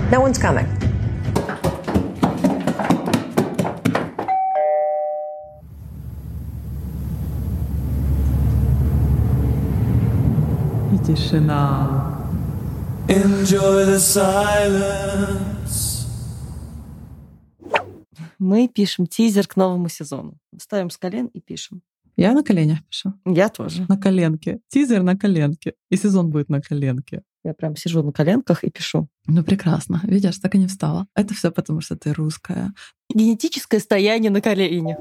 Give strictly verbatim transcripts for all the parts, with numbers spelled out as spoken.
No one's coming. И тишина. Enjoy the silence. Мы пишем тизер к новому сезону. Ставим с колен и пишем. Я на коленях пишу. Я тоже. На коленке. Тизер на коленке. И сезон будет на коленке. Я прям сижу на коленках и пишу. Ну, прекрасно. Видишь, так и не встала. Это все потому, что ты русская. Генетическое стояние на коленях.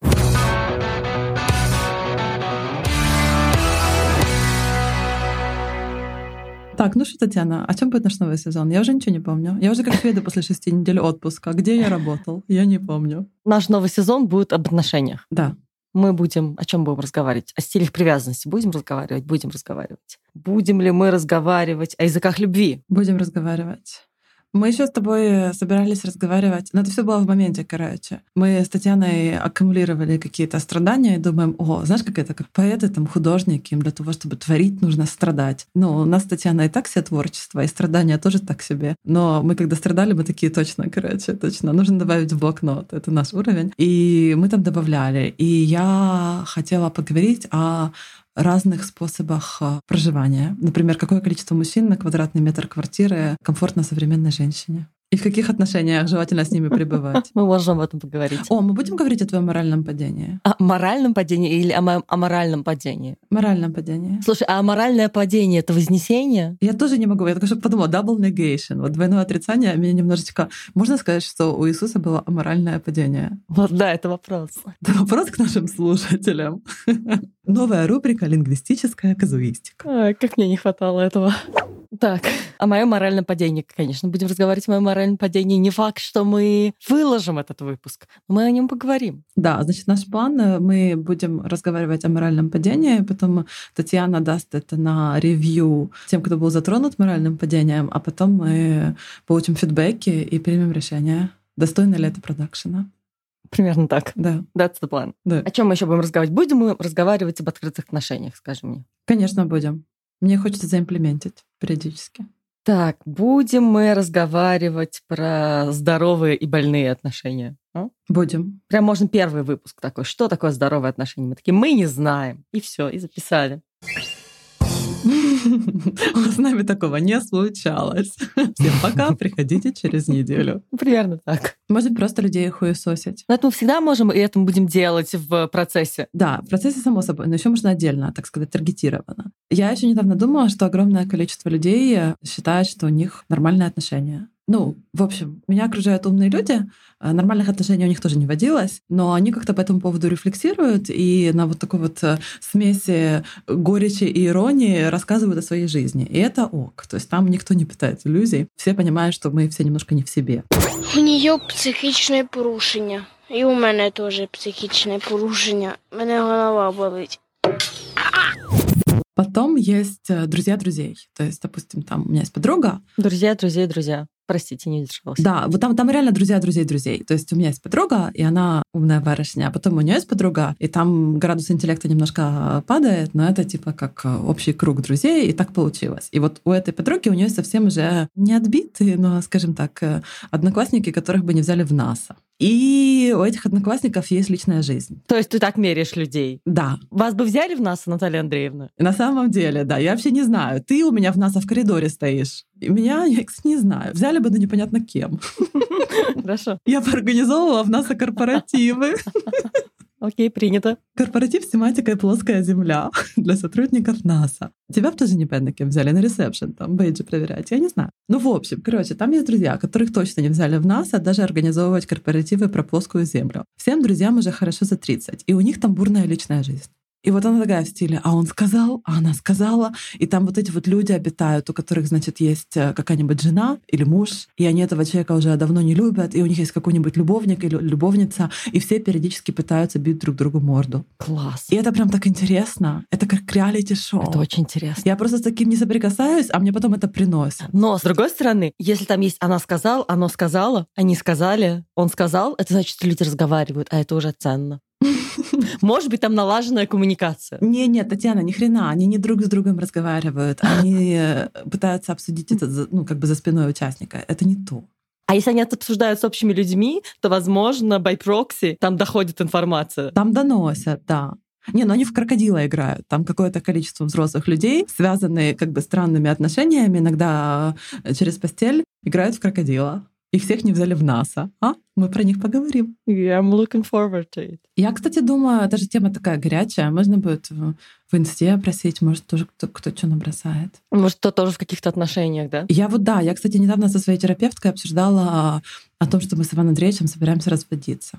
Так, ну что, Татьяна, о чем будет наш новый сезон? Я уже ничего не помню. Я уже как шведа после шести недель отпуска. Где я работал? Я не помню. Наш новый сезон будет об отношениях. Да. Мы будем... О чем будем разговаривать? О стилях привязанности будем разговаривать? Будем разговаривать. Будем ли мы разговаривать о языках любви? Будем разговаривать. Мы еще с тобой собирались разговаривать, но это все было в моменте, короче. Мы с Татьяной аккумулировали какие-то страдания и думаем, о, знаешь, как это, как поэты, там, художники, им для того, чтобы творить, нужно страдать. Ну, у нас, Татьяна, и так все творчество, и страдания тоже так себе. Но мы, когда страдали, мы такие, точно, короче, точно, нужно добавить в блокнот, это наш уровень. И мы там добавляли. И я хотела поговорить о разных способах проживания. Например, какое количество мужчин на квадратный метр квартиры комфортно современной женщине? И в каких отношениях желательно с ними пребывать? Мы можем об этом поговорить. О, мы будем говорить о твоем моральном падении? О моральном падении или о моем аморальном падении? Моральном падении. Слушай, а аморальное падение — это вознесение? Я тоже не могу. Я только что подумала, double negation. Вот двойное отрицание меня немножечко... Можно сказать, что у Иисуса было аморальное падение? Вот да, это вопрос. Это вопрос к нашим слушателям. Новая рубрика «Лингвистическая казуистика». Ой, как мне не хватало этого. Так, о моем моральном падении, конечно, будем разговаривать о моем моральном падении. Не факт, что мы выложим этот выпуск, но мы о нем поговорим. Да, значит, наш план, мы будем разговаривать о моральном падении, потом Татьяна даст это на ревью тем, кто был затронут моральным падением, а потом мы получим фидбэки и примем решение, достойно ли это продакшена. Примерно так. Да. That's the plan. Да. О чем мы еще будем разговаривать? Будем мы разговаривать об открытых отношениях, скажи мне. Конечно, будем. Мне хочется заимплементить периодически. Так, будем мы разговаривать про здоровые и больные отношения? А? Будем. Прям можно первый выпуск такой. Что такое здоровые отношения? Мы такие, мы не знаем. И все, и записали. С нами такого не случалось. Всем пока, приходите через неделю. Примерно так. Можем просто людей хуесосить. Но это мы всегда можем, и это мы будем делать в процессе. Да, в процессе, само собой, но еще можно отдельно, так сказать, таргетированно. Я еще недавно думала, что огромное количество людей считает, что у них нормальные отношения. Ну, в общем, меня окружают умные люди, нормальных отношений у них тоже не водилось, но они как-то по этому поводу рефлексируют и на вот такой вот смеси горечи и иронии рассказывают о своей жизни. И это ок. То есть там никто не питает иллюзий. Все понимают, что мы все немножко не в себе. У нее психічне порушення. І у мене теж психічне порушення. Мене голова болить. Потом есть друзья друзей. То есть, допустим, там у меня есть подруга. Друзья, друзья, друзья. Простите, не удержалась. Да, вот там, там реально друзья друзей друзей. То есть у меня есть подруга, и она умная барышня, а потом у нее есть подруга, и там градус интеллекта немножко падает, но это типа как общий круг друзей, и так получилось. И вот у этой подруги у нее совсем уже не отбитые, но, скажем так, одноклассники, которых бы не взяли в НАСА. И у этих одноклассников есть личная жизнь. То есть ты так меряешь людей? Да. Вас бы взяли в НАСА, Наталья Андреевна? На самом деле, да. Я вообще не знаю. Ты у меня в НАСА в коридоре стоишь. И меня, я, кстати, не знаю. Взяли бы, но непонятно кем. Хорошо. Я бы организовывала в НАСА корпоративы. Окей, принято. Корпоратив с тематикой «Плоская земля» для сотрудников НАСА. Тебя бы тоже непонятно кем взяли на ресепшн, там, бейджи проверять, я не знаю. Ну, в общем, короче, там есть друзья, которых точно не взяли в НАСА даже организовывать корпоративы про плоскую землю. Всем друзьям уже хорошо за тридцать, и у них там бурная личная жизнь. И вот она такая в стиле, а он сказал, а она сказала. И там вот эти вот люди обитают, у которых, значит, есть какая-нибудь жена или муж, и они этого человека уже давно не любят, и у них есть какой-нибудь любовник или любовница, и все периодически пытаются бить друг другу морду. Класс. И это прям так интересно. Это как реалити-шоу. Это очень интересно. Я просто с таким не соприкасаюсь, а мне потом это приносит. Но, с другой стороны, если там есть «она сказал», «оно сказала», «они сказали», «он сказал», это значит, что люди разговаривают, а это уже ценно. Может быть, там налаженная коммуникация. Не, нет, Татьяна, ни хрена, они не друг с другом разговаривают, они пытаются обсудить это, ну, как бы за спиной участника. Это не то. А если они это обсуждают с общими людьми, то, возможно, by proxy там доходит информация. Там доносят, да. Не, ну они в крокодила играют. Там какое-то количество взрослых людей, связанные как бы странными отношениями, иногда через постель, играют в крокодила. Их всех не взяли в НАСА. А? Мы про них поговорим. Yeah, I'm looking forward to it. Я, кстати, думаю, эта же тема такая горячая. Можно будет в, в инсте просить, может, тоже кто, кто что набросает. Может, кто тоже в каких-то отношениях, да? Я вот, да, я, кстати, недавно со своей терапевткой обсуждала о том, что мы с Иваном Андреевичем собираемся разводиться.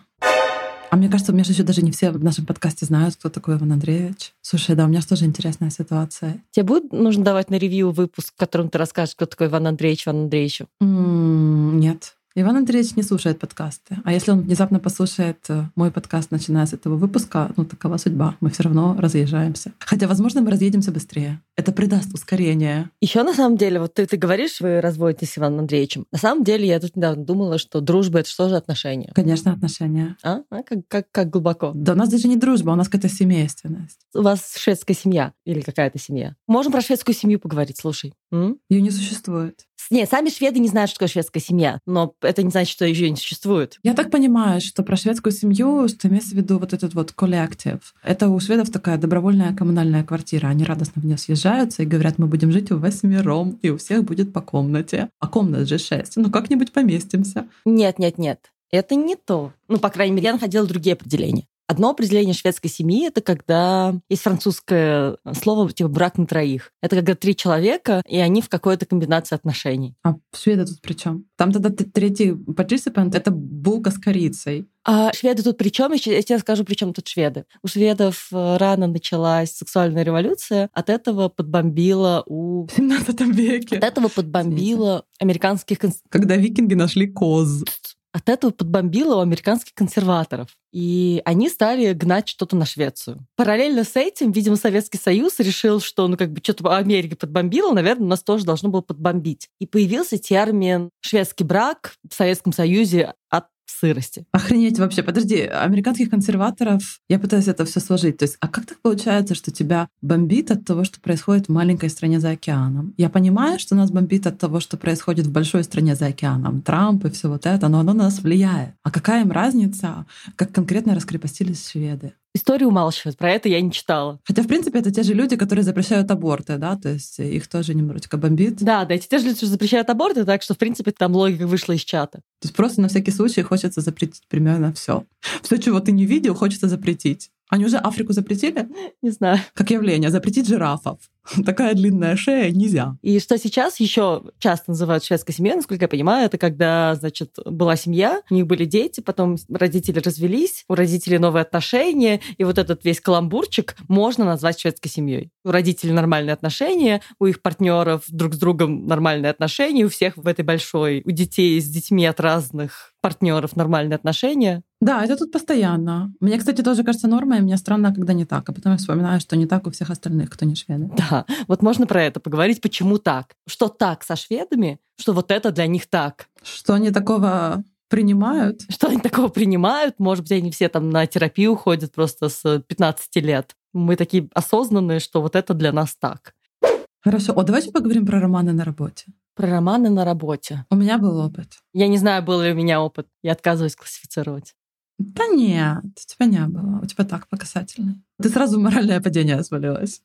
А мне кажется, у меня же еще даже не все в нашем подкасте знают, кто такой Иван Андреевич. Слушай, да, у меня же тоже интересная ситуация. Тебе будет нужно давать на ревью выпуск, в котором ты расскажешь, кто такой Иван Андреевич Иван Андреевичу? М-м, нет. Иван Андреевич не слушает подкасты. А если он внезапно послушает мой подкаст, начиная с этого выпуска, ну, такова судьба. Мы все равно разъезжаемся. Хотя, возможно, мы разъедемся быстрее. Это придаст ускорение. Еще на самом деле, вот ты, ты говоришь, вы разводитесь с Иваном Андреевичем. На самом деле, я тут недавно думала, что дружба — это что же отношения? Конечно, отношения. А? а? Как, как, как глубоко? Да у нас даже не дружба, у нас какая-то семейственность. У вас шведская семья или какая-то семья? Можем про шведскую семью поговорить, слушай. М? Ее не существует. Не, сами шведы не знают, что такое шведская семья, но это не значит, что ее не существует. Я так понимаю, что про шведскую семью, что имеется в виду вот этот вот коллектив. Это у шведов такая добровольная коммунальная квартира. Они радостно в нее съезжаются и говорят, мы будем жить восьмером, и у всех будет по комнате. А комнат же шесть. Ну, как-нибудь поместимся. Нет, нет, нет. Это не то. Ну, по крайней мере, я находила другие определения. Одно определение шведской семьи — это когда есть французское слово типа «брак на троих». Это когда три человека, и они в какой-то комбинации отношений. А шведы тут при чем? Там тогда третий participant — это булка с корицей. А шведы тут при чем? Я тебе скажу, при чем тут шведы. У шведов рано началась сексуальная революция, от этого подбомбило у... В семнадцатом веке. От этого подбомбило американских... Когда викинги нашли коз. От этого подбомбило у американских консерваторов. И они стали гнать что-то на Швецию. Параллельно с этим, видимо, Советский Союз решил, что ну как бы что-то Америка подбомбила, наверное, нас тоже должно было подбомбить. И появился термин «шведский брак» в Советском Союзе от сырости. Охренеть вообще. Подожди, американских консерваторов, я пытаюсь это все сложить. То есть, а как так получается, что тебя бомбит от того, что происходит в маленькой стране за океаном? Я понимаю, что нас бомбит от того, что происходит в большой стране за океаном. Трамп и все вот это, но оно на нас влияет. А какая им разница, как конкретно раскрепостились шведы? Историю умалчивают, про это я не читала. Хотя, в принципе, это те же люди, которые запрещают аборты, да, то есть их тоже немножечко бомбит. Да, да, эти те же люди, что запрещают аборты, так что, в принципе, там логика вышла из чата. То есть просто на всякий случай хочется запретить примерно все. Все, чего ты не видел, хочется запретить. Они уже Африку запретили? Не знаю. Как явление, запретить жирафов. Такая длинная шея нельзя. И что сейчас еще часто называют шведской семьей, насколько я понимаю, это когда, значит, была семья, у них были дети, потом родители развелись, у родителей новые отношения, и вот этот весь каламбурчик можно назвать шведской семьей. У родителей нормальные отношения, у их партнеров друг с другом нормальные отношения, у всех в этой большой, у детей с детьми от разных партнеров нормальные отношения. Да, это тут постоянно. Мне, кстати, тоже кажется нормой, и мне странно, когда не так. А потом я вспоминаю, что не так у всех остальных, кто не шведы. Да, вот можно про это поговорить, почему так. Что так со шведами, что вот это для них так. Что они такого принимают? Что они такого принимают? Может быть, они все там на терапию ходят просто с пятнадцати лет. Мы такие осознанные, что вот это для нас так. Хорошо. О, давайте поговорим про романы на работе. Про романы на работе. У меня был опыт. Я не знаю, был ли у меня опыт. Я отказываюсь классифицировать. Да нет, у тебя не было. У тебя так, по касательной. Ты сразу в моральное падение свалилась.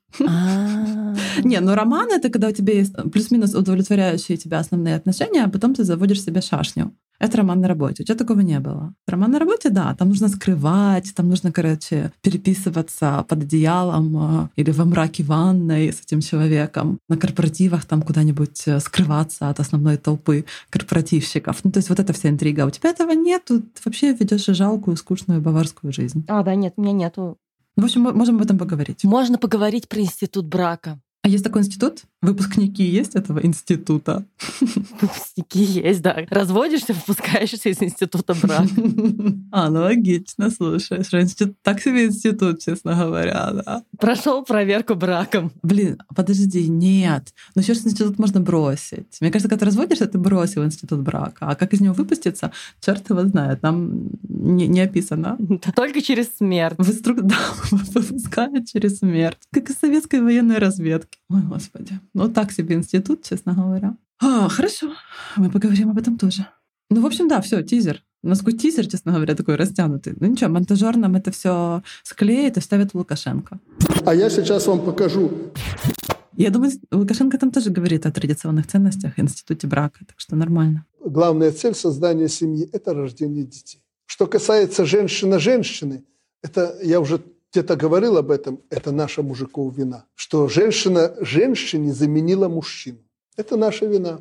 Не, ну роман — это когда у тебя есть плюс-минус удовлетворяющие тебя основные отношения, а потом ты заводишь себе шашню. Это роман на работе. У тебя такого не было. Роман на работе, да, там нужно скрывать, там нужно, короче, переписываться под одеялом или во мраке ванной с этим человеком, на корпоративах там куда-нибудь скрываться от основной толпы корпоративщиков. Ну, то есть вот эта вся интрига. У тебя этого нет, ты вообще ведешь жалкую, скучную баварскую жизнь. А, да, нет, у меня нету. В общем, мы можем об этом поговорить. Можно поговорить про институт брака. А есть такой институт? Выпускники есть этого института? Выпускники есть, да. Разводишься, выпускаешься из института брака. А, ну логично, слушай. Что институт, так себе институт, честно говоря, да. Прошел проверку браком. Блин, подожди, нет. Ну еще же институт можно бросить. Мне кажется, когда ты разводишься, ты бросил институт брака. А как из него выпуститься, черт его знает. Там не, не описано. Только через смерть. В инструк... Да, выпускают через смерть. Как из советской военной разведки. Ой, господи. Ну так себе институт, честно говоря. А, хорошо, мы поговорим об этом тоже. Ну, в общем, да, все, тизер. У нас такой тизер, честно говоря, такой растянутый. Ну ничего, монтажер нам это все склеит и вставит в Лукашенко. А я сейчас вам покажу. Я думаю, Лукашенко там тоже говорит о традиционных ценностях, институте брака, так что нормально. Главная цель создания семьи – это рождение детей. Что касается женщина-женщины, это я уже где-то говорил об этом, это наша мужиков вина. Что женщина женщине заменила мужчину. Это наша вина.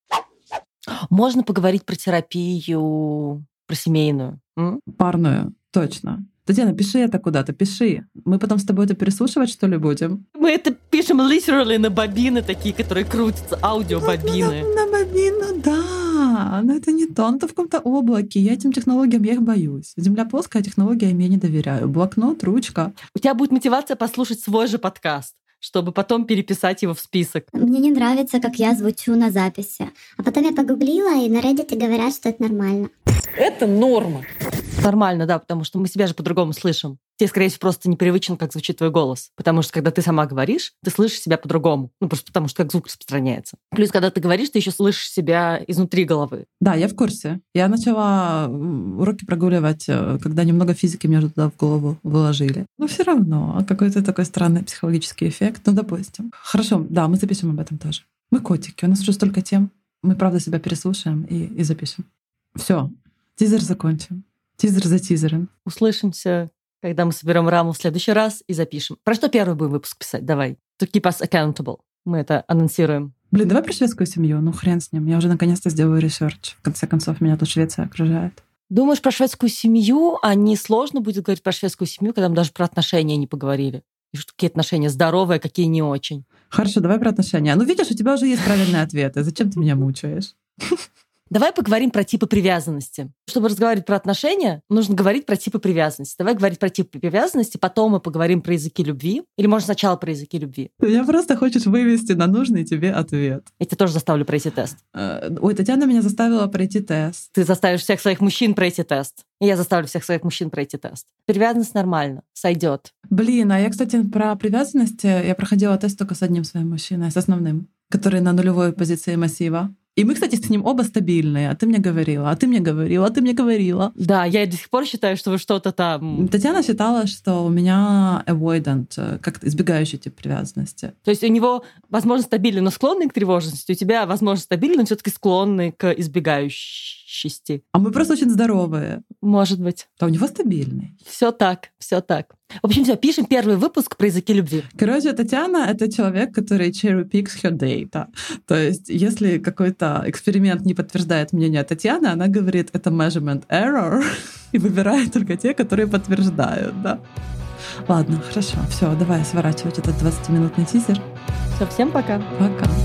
Можно поговорить про терапию, про семейную? М? Парную, точно. Татьяна, пиши это куда-то, пиши. Мы потом с тобой это переслушивать, что ли, будем? Мы это пишем literally на бобины такие, которые крутятся, аудиобобины. На, на бобину, да. Но это не то. Оно-то в каком-то облаке. Я этим технологиям, я их боюсь. Земля плоская, технологиям я не доверяю. Блокнот, ручка. У тебя будет мотивация послушать свой же подкаст, чтобы потом переписать его в список. Мне не нравится, как я звучу на записи. А потом я погуглила, и на Reddit говорят, что это нормально. Это норма. Нормально, да, потому что мы себя же по-другому слышим. Тебе, скорее всего, просто непривычен, как звучит твой голос. Потому что, когда ты сама говоришь, ты слышишь себя по-другому. Ну, просто потому что как звук распространяется. Плюс, когда ты говоришь, ты еще слышишь себя изнутри головы. Да, я в курсе. Я начала уроки прогуливать, когда немного физики мне туда в голову выложили. Но все равно какой-то такой странный психологический эффект. Ну, допустим. Хорошо, да, мы запишем об этом тоже. Мы котики, у нас уже столько тем. Мы, правда, себя переслушаем и, и запишем. Все, тизер закончим. Тизер за тизером. Услышимся, когда мы соберем раму в следующий раз и запишем. Про что первый будем выпуск писать? Давай. To keep us accountable. Мы это анонсируем. Блин, давай про шведскую семью. Ну, хрен с ним. Я уже наконец-то сделаю ресерч. В конце концов, меня тут Швеция окружает. Думаешь, про шведскую семью, а не сложно будет говорить про шведскую семью, когда мы даже про отношения не поговорили? И что какие отношения здоровые, какие не очень? Хорошо, давай про отношения. Ну, видишь, у тебя уже есть правильные ответы. Зачем ты меня мучаешь? Давай поговорим про типы привязанности. Чтобы разговаривать про отношения, нужно говорить про типы привязанности. Давай говорить про типы привязанности, потом мы поговорим про языки любви. Или, может, сначала про языки любви. Ты меня просто хочешь вывести на нужный тебе ответ. Я тебя тоже заставлю пройти тест. Ой, Татьяна меня заставила пройти тест. Ты заставишь всех своих мужчин пройти тест. И я заставлю всех своих мужчин пройти тест. Привязанность нормально, сойдет. Блин, а я, кстати, про привязанность, я проходила тест только с одним своим мужчиной, с основным, который на нулевой позиции массива. И мы, кстати, с ним оба стабильные. А ты мне говорила, а ты мне говорила, а ты мне говорила. Да, я до сих пор считаю, что вы что-то там... Татьяна считала, что у меня avoidant, как-то избегающий тип привязанности. То есть у него, возможно, стабильный, но склонный к тревожности. У тебя, возможно, стабильный, но все-таки склонный к избегающести. А мы просто очень здоровые. Может быть. А у него стабильный. Все так, все так. В общем, все, пишем первый выпуск про языки любви. Короче, Татьяна — это человек, который cherry picks her data. То есть, если какой-то эксперимент не подтверждает мнение Татьяны, она говорит, это measurement error, и выбирает только те, которые подтверждают, да. Ладно, хорошо, все, давай сворачивать этот двадцатиминутный тизер. Все, всем пока. Пока.